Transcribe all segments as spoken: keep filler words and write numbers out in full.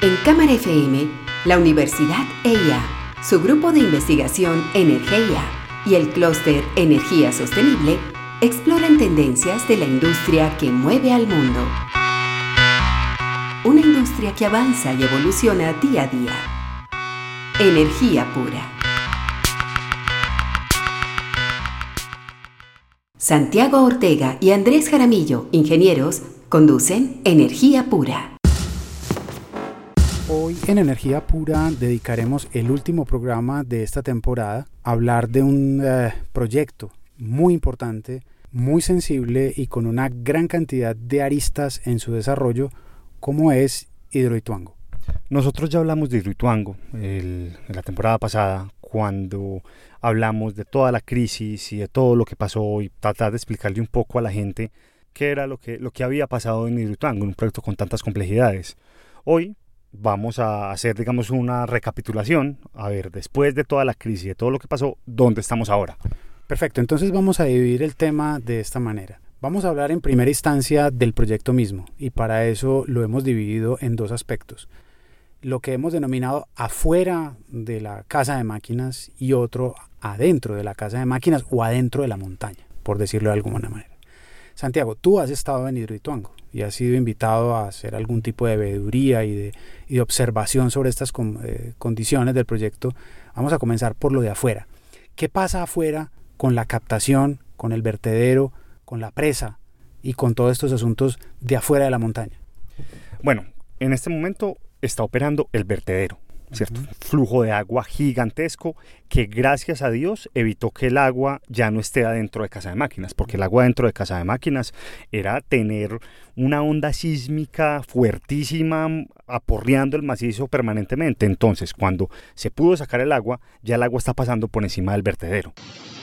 En Cámara F M, la Universidad E I A, su grupo de investigación Energía y el clúster Energía Sostenible exploran tendencias de la industria que mueve al mundo. Una industria que avanza y evoluciona día a día. Energía pura. Santiago Ortega y Andrés Jaramillo, ingenieros, conducen Energía Pura. Hoy en Energía Pura dedicaremos el último programa de esta temporada a hablar de un uh, proyecto muy importante, muy sensible y con una gran cantidad de aristas en su desarrollo, como es Hidroituango. Nosotros ya hablamos de Hidroituango el, en la temporada pasada, cuando hablamos de toda la crisis y de todo lo que pasó y tratar de explicarle un poco a la gente qué era lo que, lo que había pasado en Hidroituango, en un proyecto con tantas complejidades. Hoy vamos a hacer, digamos, una recapitulación, a ver, después de toda la crisis, de todo lo que pasó, ¿dónde estamos ahora? Perfecto, entonces vamos a dividir el tema de esta manera. Vamos a hablar en primera instancia del proyecto mismo, y para eso lo hemos dividido en dos aspectos. Lo que hemos denominado afuera de la casa de máquinas y otro adentro de la casa de máquinas o adentro de la montaña, por decirlo de alguna manera. Santiago, tú has estado en Hidroituango y has sido invitado a hacer algún tipo de veeduría y de, y de observación sobre estas con, eh, condiciones del proyecto. Vamos a comenzar por lo de afuera. ¿Qué pasa afuera con la captación, con el vertedero, con la presa y con todos estos asuntos de afuera de la montaña? Bueno, en este momento está operando el vertedero, ¿cierto? Uh-huh. Flujo de agua gigantesco que, gracias a Dios, evitó que el agua ya no esté adentro de casa de máquinas, porque el agua dentro de casa de máquinas era tener una onda sísmica fuertísima aporreando el macizo permanentemente. Entonces, cuando se pudo sacar el agua, ya el agua está pasando por encima del vertedero.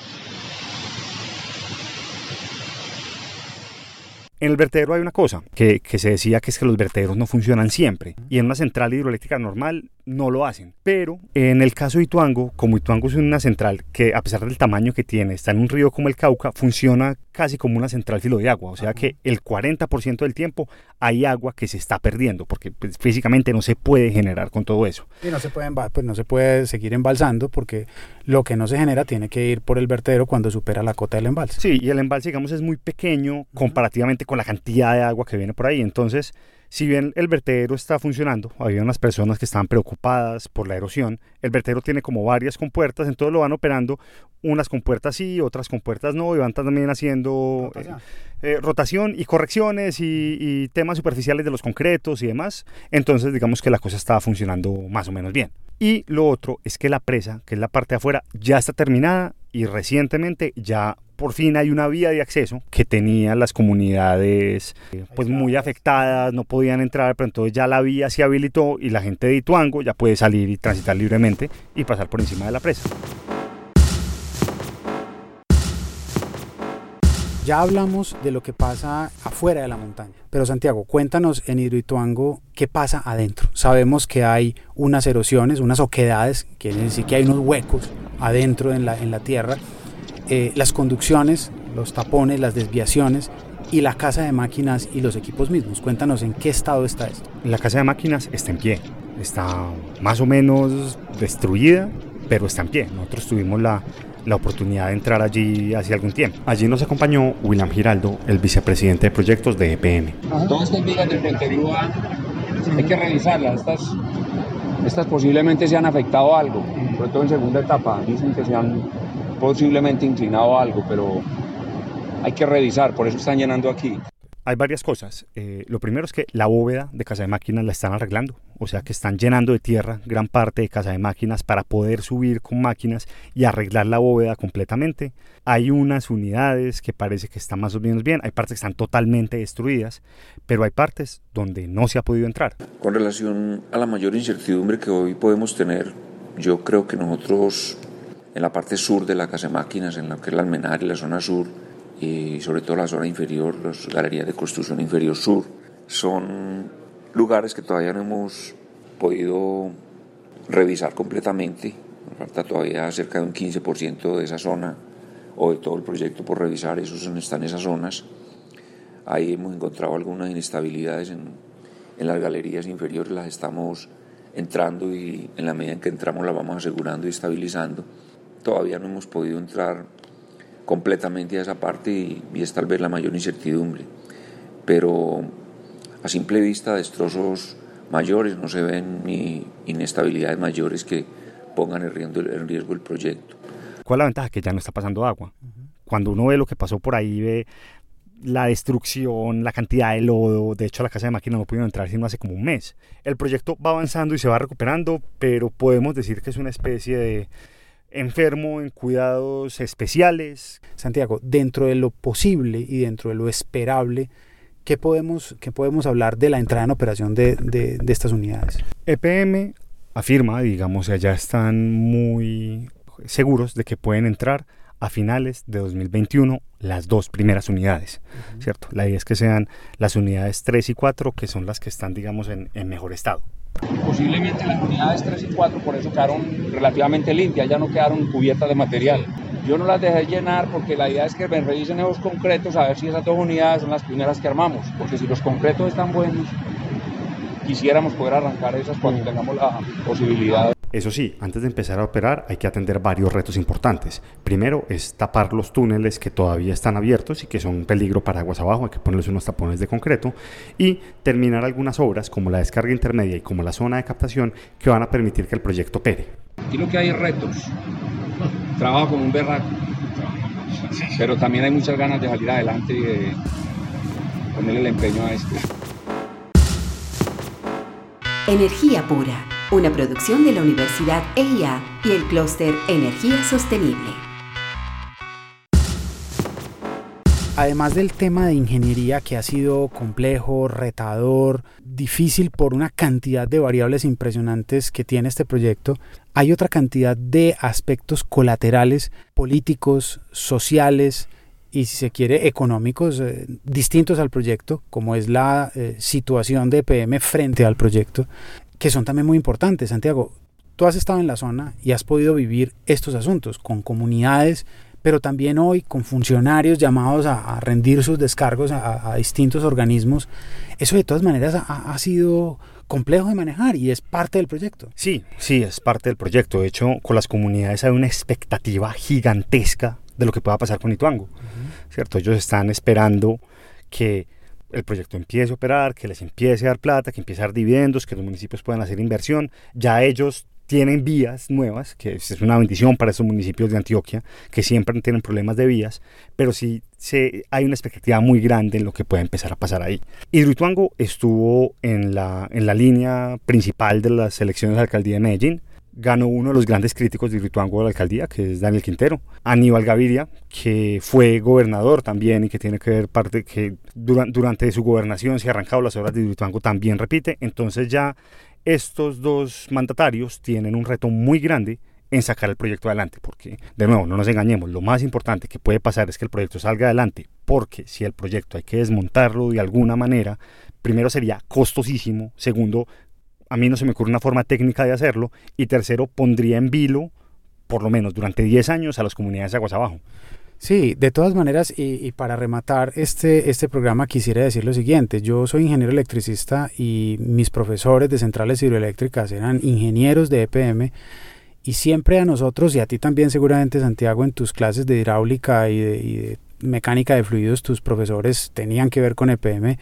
En el vertedero hay una cosa que, que se decía, que es que los vertederos no funcionan siempre, y en una central hidroeléctrica normal no lo hacen. Pero en el caso de Ituango, como Ituango es una central que, a pesar del tamaño que tiene, está en un río como el Cauca, funciona casi como una central filo de agua. O sea que el cuarenta por ciento del tiempo hay agua que se está perdiendo, porque pues, físicamente no se puede generar con todo eso. Y no se puede, pues no se puede seguir embalsando, porque lo que no se genera tiene que ir por el vertedero cuando supera la cota del embalse. Sí, y el embalse, digamos, es muy pequeño comparativamente con la cantidad de agua que viene por ahí. Entonces, si bien el vertedero está funcionando, había unas personas que estaban preocupadas por la erosión. El vertedero tiene como varias compuertas, entonces lo van operando, unas compuertas sí, otras compuertas no, y van también haciendo rotación, eh, eh, rotación y correcciones y, y temas superficiales de los concretos y demás. Entonces, digamos que la cosa estaba funcionando más o menos bien. Y lo otro es que la presa, que es la parte de afuera, ya está terminada, y recientemente ya por fin hay una vía de acceso que tenían las comunidades eh, pues muy afectadas, no podían entrar, pero entonces ya la vía se habilitó y la gente de Ituango ya puede salir y transitar libremente y pasar por encima de la presa. Ya hablamos de lo que pasa afuera de la montaña, pero Santiago, cuéntanos en Hidroituango qué pasa adentro. Sabemos que hay unas erosiones, unas oquedades, quiere decir que hay unos huecos adentro en la, en la tierra, eh, las conducciones, los tapones, las desviaciones y la casa de máquinas y los equipos mismos. Cuéntanos en qué estado está esto. La casa de máquinas está en pie, está más o menos destruida, pero está en pie. Nosotros tuvimos la la oportunidad de entrar allí hace algún tiempo. Allí nos acompañó William Giraldo, el vicepresidente de proyectos de E P M. Todas estas vigas del vertedero hay que revisarlas. Estas, estas posiblemente se han afectado algo, sobre todo en segunda etapa. Dicen que se han posiblemente inclinado algo, pero hay que revisar, por eso están llenando aquí. Hay varias cosas. Eh, lo primero es que la bóveda de casa de máquinas la están arreglando, o sea que están llenando de tierra gran parte de casa de máquinas para poder subir con máquinas y arreglar la bóveda completamente. Hay unas unidades que parece que están más o menos bien, hay partes que están totalmente destruidas, pero hay partes donde no se ha podido entrar. Con relación a la mayor incertidumbre que hoy podemos tener, yo creo que nosotros en la parte sur de la casa de máquinas, en lo que es la Almenar y la zona sur, y sobre todo la zona inferior, las galerías de construcción inferior sur, son lugares que todavía no hemos podido revisar completamente. Nos falta todavía cerca de un quince por ciento de esa zona o de todo el proyecto por revisar, esos están en esas zonas. Ahí hemos encontrado algunas inestabilidades en, en las galerías inferiores las estamos entrando y en la medida en que entramos las vamos asegurando y estabilizando. Todavía no hemos podido entrar completamente a esa parte y, y es tal vez la mayor incertidumbre, pero a simple vista destrozos mayores no se ven ni inestabilidades mayores que pongan en riesgo, en riesgo el proyecto. ¿Cuál es la ventaja? Que ya no está pasando agua. Uh-huh. Cuando uno ve lo que pasó por ahí, ve la destrucción, la cantidad de lodo. De hecho, a la casa de máquinas no pudieron entrar sino hace como un mes. El proyecto va avanzando y se va recuperando, pero podemos decir que es una especie de enfermo en cuidados especiales. Santiago, dentro de lo posible y dentro de lo esperable, ¿qué podemos, qué podemos hablar de la entrada en operación de, de, de estas unidades? E P M afirma, digamos, que ya están muy seguros de que pueden entrar a finales de dos mil veintiuno las dos primeras unidades, uh-huh. ¿cierto? La idea es que sean las unidades tres y cuatro, que son las que están, digamos, en, en mejor estado. Posiblemente las unidades tres y cuatro por eso quedaron relativamente limpias, ya no quedaron cubiertas de material. Yo no las dejé llenar porque la idea es que me revisen esos concretos a ver si esas dos unidades son las primeras que armamos, porque si los concretos están buenos, quisiéramos poder arrancar esas cuando tengamos la posibilidad. Eso sí, antes de empezar a operar hay que atender varios retos importantes. Primero es tapar los túneles que todavía están abiertos y que son un peligro para aguas abajo, hay que ponerles unos tapones de concreto y terminar algunas obras como la descarga intermedia y como la zona de captación que van a permitir que el proyecto opere. Aquí lo que hay es retos, trabajo como un berraco, pero también hay muchas ganas de salir adelante y de ponerle el empeño a esto. Energía Pura, una producción de la Universidad E I A y el Clúster Energía Sostenible. Además del tema de ingeniería que ha sido complejo, retador, difícil por una cantidad de variables impresionantes que tiene este proyecto, hay otra cantidad de aspectos colaterales, políticos, sociales y, si se quiere, económicos eh, distintos al proyecto, como es la eh, situación de E P M frente al proyecto, que son también muy importantes. Santiago, tú has estado en la zona y has podido vivir estos asuntos con comunidades, pero también hoy con funcionarios llamados a, a rendir sus descargos a, a distintos organismos. Eso de todas maneras ha, ha sido complejo de manejar y es parte del proyecto. Sí, sí, es parte del proyecto. De hecho, con las comunidades hay una expectativa gigantesca de lo que pueda pasar con Ituango, uh-huh. ¿cierto? Ellos están esperando que el proyecto empiece a operar, que les empiece a dar plata, que empiece a dar dividendos, que los municipios puedan hacer inversión. Ya ellos tienen vías nuevas, que es una bendición para esos municipios de Antioquia, que siempre tienen problemas de vías, pero sí se, hay una expectativa muy grande en lo que puede empezar a pasar ahí. Hidroituango estuvo en la, en la línea principal de las elecciones de la alcaldía de Medellín. Ganó uno de los grandes críticos de Hidroituango de la alcaldía, que es Daniel Quintero. Aníbal Gaviria, que fue gobernador también y que tiene que ver parte que durante, durante su gobernación se han arrancado las obras de Hidroituango, también repite. Entonces ya estos dos mandatarios tienen un reto muy grande en sacar el proyecto adelante, porque, de nuevo, no nos engañemos, lo más importante que puede pasar es que el proyecto salga adelante, porque si el proyecto hay que desmontarlo de alguna manera, primero sería costosísimo, segundo, a mí no se me ocurre una forma técnica de hacerlo, y tercero, pondría en vilo, por lo menos durante diez años, a las comunidades de aguas abajo. Sí, de todas maneras, y, y para rematar este, este programa quisiera decir lo siguiente. Yo soy ingeniero electricista y mis profesores de centrales hidroeléctricas eran ingenieros de E P M, y siempre a nosotros, y a ti también seguramente, Santiago, en tus clases de hidráulica y de, y de mecánica de fluidos, tus profesores tenían que ver con E P M,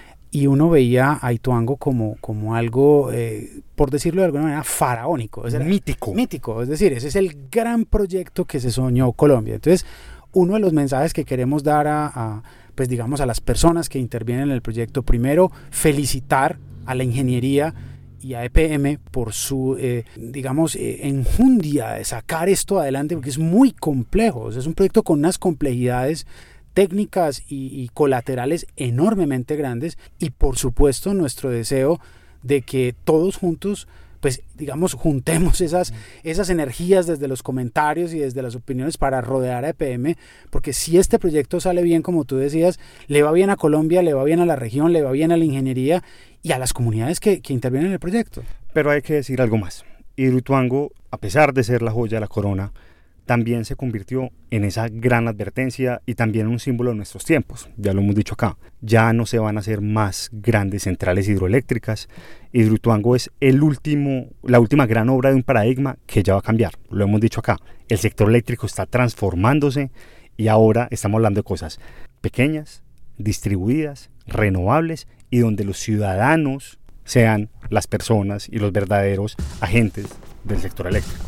y uno veía a Ituango como, como algo, eh, por decirlo de alguna manera, faraónico. Es mítico. Mítico, es decir, ese es el gran proyecto que se soñó Colombia. Entonces, uno de los mensajes que queremos dar a, a, pues digamos, a las personas que intervienen en el proyecto, primero, felicitar a la ingeniería y a E P M por su, eh, digamos, eh, enjundia de sacar esto adelante, porque es muy complejo. O sea, es un proyecto con unas complejidades técnicas y, y colaterales enormemente grandes, y por supuesto nuestro deseo de que todos juntos, pues digamos, juntemos esas, esas energías desde los comentarios y desde las opiniones para rodear a E P M, porque si este proyecto sale bien, como tú decías, le va bien a Colombia, le va bien a la región, le va bien a la ingeniería y a las comunidades que, que intervienen en el proyecto. Pero hay que decir algo más. Hidroituango, a pesar de ser la joya de la corona, también se convirtió en esa gran advertencia y también un símbolo de nuestros tiempos. Ya lo hemos dicho acá, ya no se van a hacer más grandes centrales hidroeléctricas. Hidroituango es el último, la última gran obra de un paradigma que ya va a cambiar. Lo hemos dicho acá, el sector eléctrico está transformándose y ahora estamos hablando de cosas pequeñas, distribuidas, renovables y donde los ciudadanos sean las personas y los verdaderos agentes del sector eléctrico.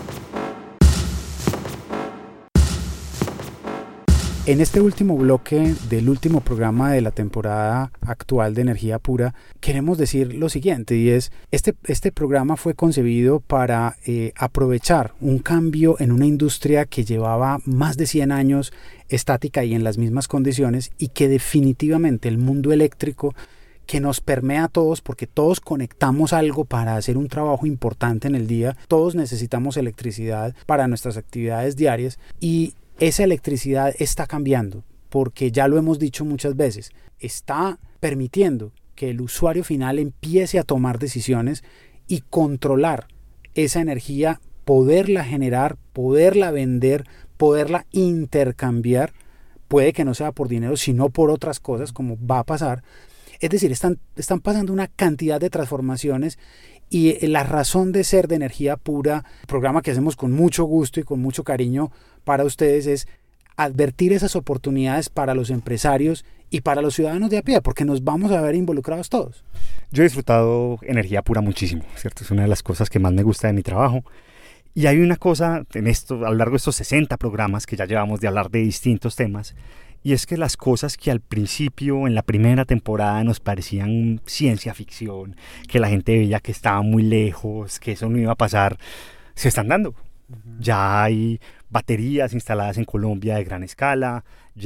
En este último bloque del último programa de la temporada actual de Energía Pura, queremos decir lo siguiente, y es, este, este programa fue concebido para eh, aprovechar un cambio en una industria que llevaba más de cien años estática y en las mismas condiciones, y que definitivamente el mundo eléctrico, que nos permea a todos, porque todos conectamos algo para hacer un trabajo importante en el día, todos necesitamos electricidad para nuestras actividades diarias, y esa electricidad está cambiando, porque ya lo hemos dicho muchas veces, está permitiendo que el usuario final empiece a tomar decisiones y controlar esa energía, poderla generar, poderla vender, poderla intercambiar, puede que no sea por dinero, sino por otras cosas, como va a pasar. Es decir, están, están pasando una cantidad de transformaciones y la razón de ser de Energía Pura, programa que hacemos con mucho gusto y con mucho cariño para ustedes, es advertir esas oportunidades para los empresarios y para los ciudadanos de a pie, porque nos vamos a ver involucrados todos. Yo he disfrutado Energía Pura muchísimo, ¿cierto? Es una de las cosas que más me gusta de mi trabajo. Y hay una cosa en esto, a lo largo de estos sesenta programas que ya llevamos de hablar de distintos temas, y es que las cosas que al principio, en la primera temporada, nos parecían ciencia ficción, que la gente veía que estaba muy lejos, que eso no iba a pasar, se están dando. Uh-huh. Ya hay baterías instaladas en Colombia de gran escala,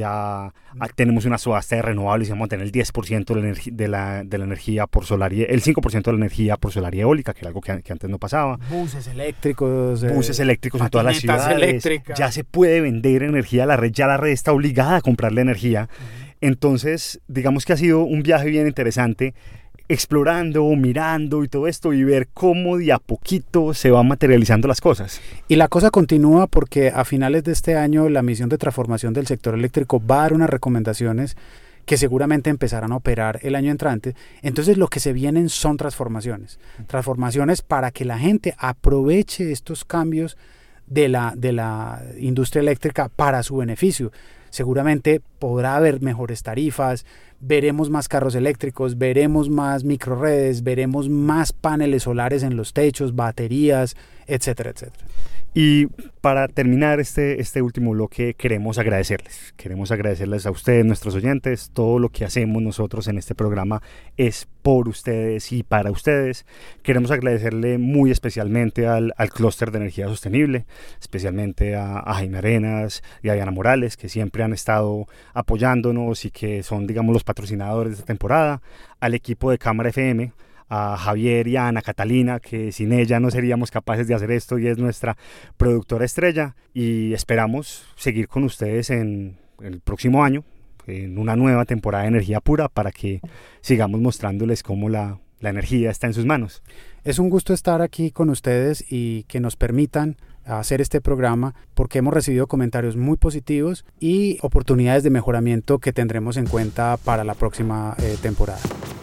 ya tenemos una subasta de renovables y vamos a tener el diez por ciento de la, energi- de la, de la energía por solar y el cinco por ciento de la energía por solar y eólica, que era algo que, que antes no pasaba. Buses eléctricos. Buses eh, eléctricos en todas las ciudades. Eléctricas. Ya se puede vender energía a la red, ya la red está obligada a comprarle energía. Uh-huh. Entonces, digamos que ha sido un viaje bien interesante, explorando, mirando y todo esto, y ver cómo de a poquito se van materializando las cosas. Y la cosa continúa porque a finales de este año la misión de transformación del sector eléctrico va a dar unas recomendaciones que seguramente empezarán a operar el año entrante. Entonces lo que se vienen son transformaciones, transformaciones para que la gente aproveche estos cambios de la, de la industria eléctrica para su beneficio. Seguramente podrá haber mejores tarifas, veremos más carros eléctricos, veremos más microredes, veremos más paneles solares en los techos, baterías, etcétera, etcétera. Y para terminar este, este último bloque, queremos agradecerles. Queremos agradecerles a ustedes, nuestros oyentes. Todo lo que hacemos nosotros en este programa es por ustedes y para ustedes. Queremos agradecerle muy especialmente al, al Clúster de Energía Sostenible, especialmente a, a Jaime Arenas y a Diana Morales, que siempre han estado apoyándonos y que son, digamos, los patrocinadores de esta temporada. Al equipo de Cámara F M, a Javier y a Ana Catalina, que sin ella no seríamos capaces de hacer esto y es nuestra productora estrella, y esperamos seguir con ustedes en el próximo año en una nueva temporada de Energía Pura para que sigamos mostrándoles cómo la, la energía está en sus manos. Es un gusto estar aquí con ustedes y que nos permitan hacer este programa, porque hemos recibido comentarios muy positivos y oportunidades de mejoramiento que tendremos en cuenta para la próxima eh, temporada.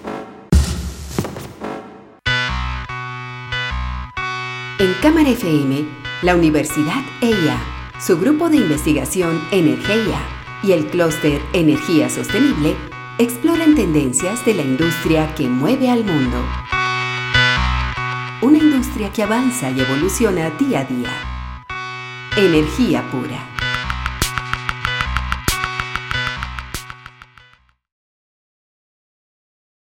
En Cámara F M, la Universidad E I A, su grupo de investigación Energía y el Clúster Energía Sostenible exploran tendencias de la industria que mueve al mundo. Una industria que avanza y evoluciona día a día. Energía Pura.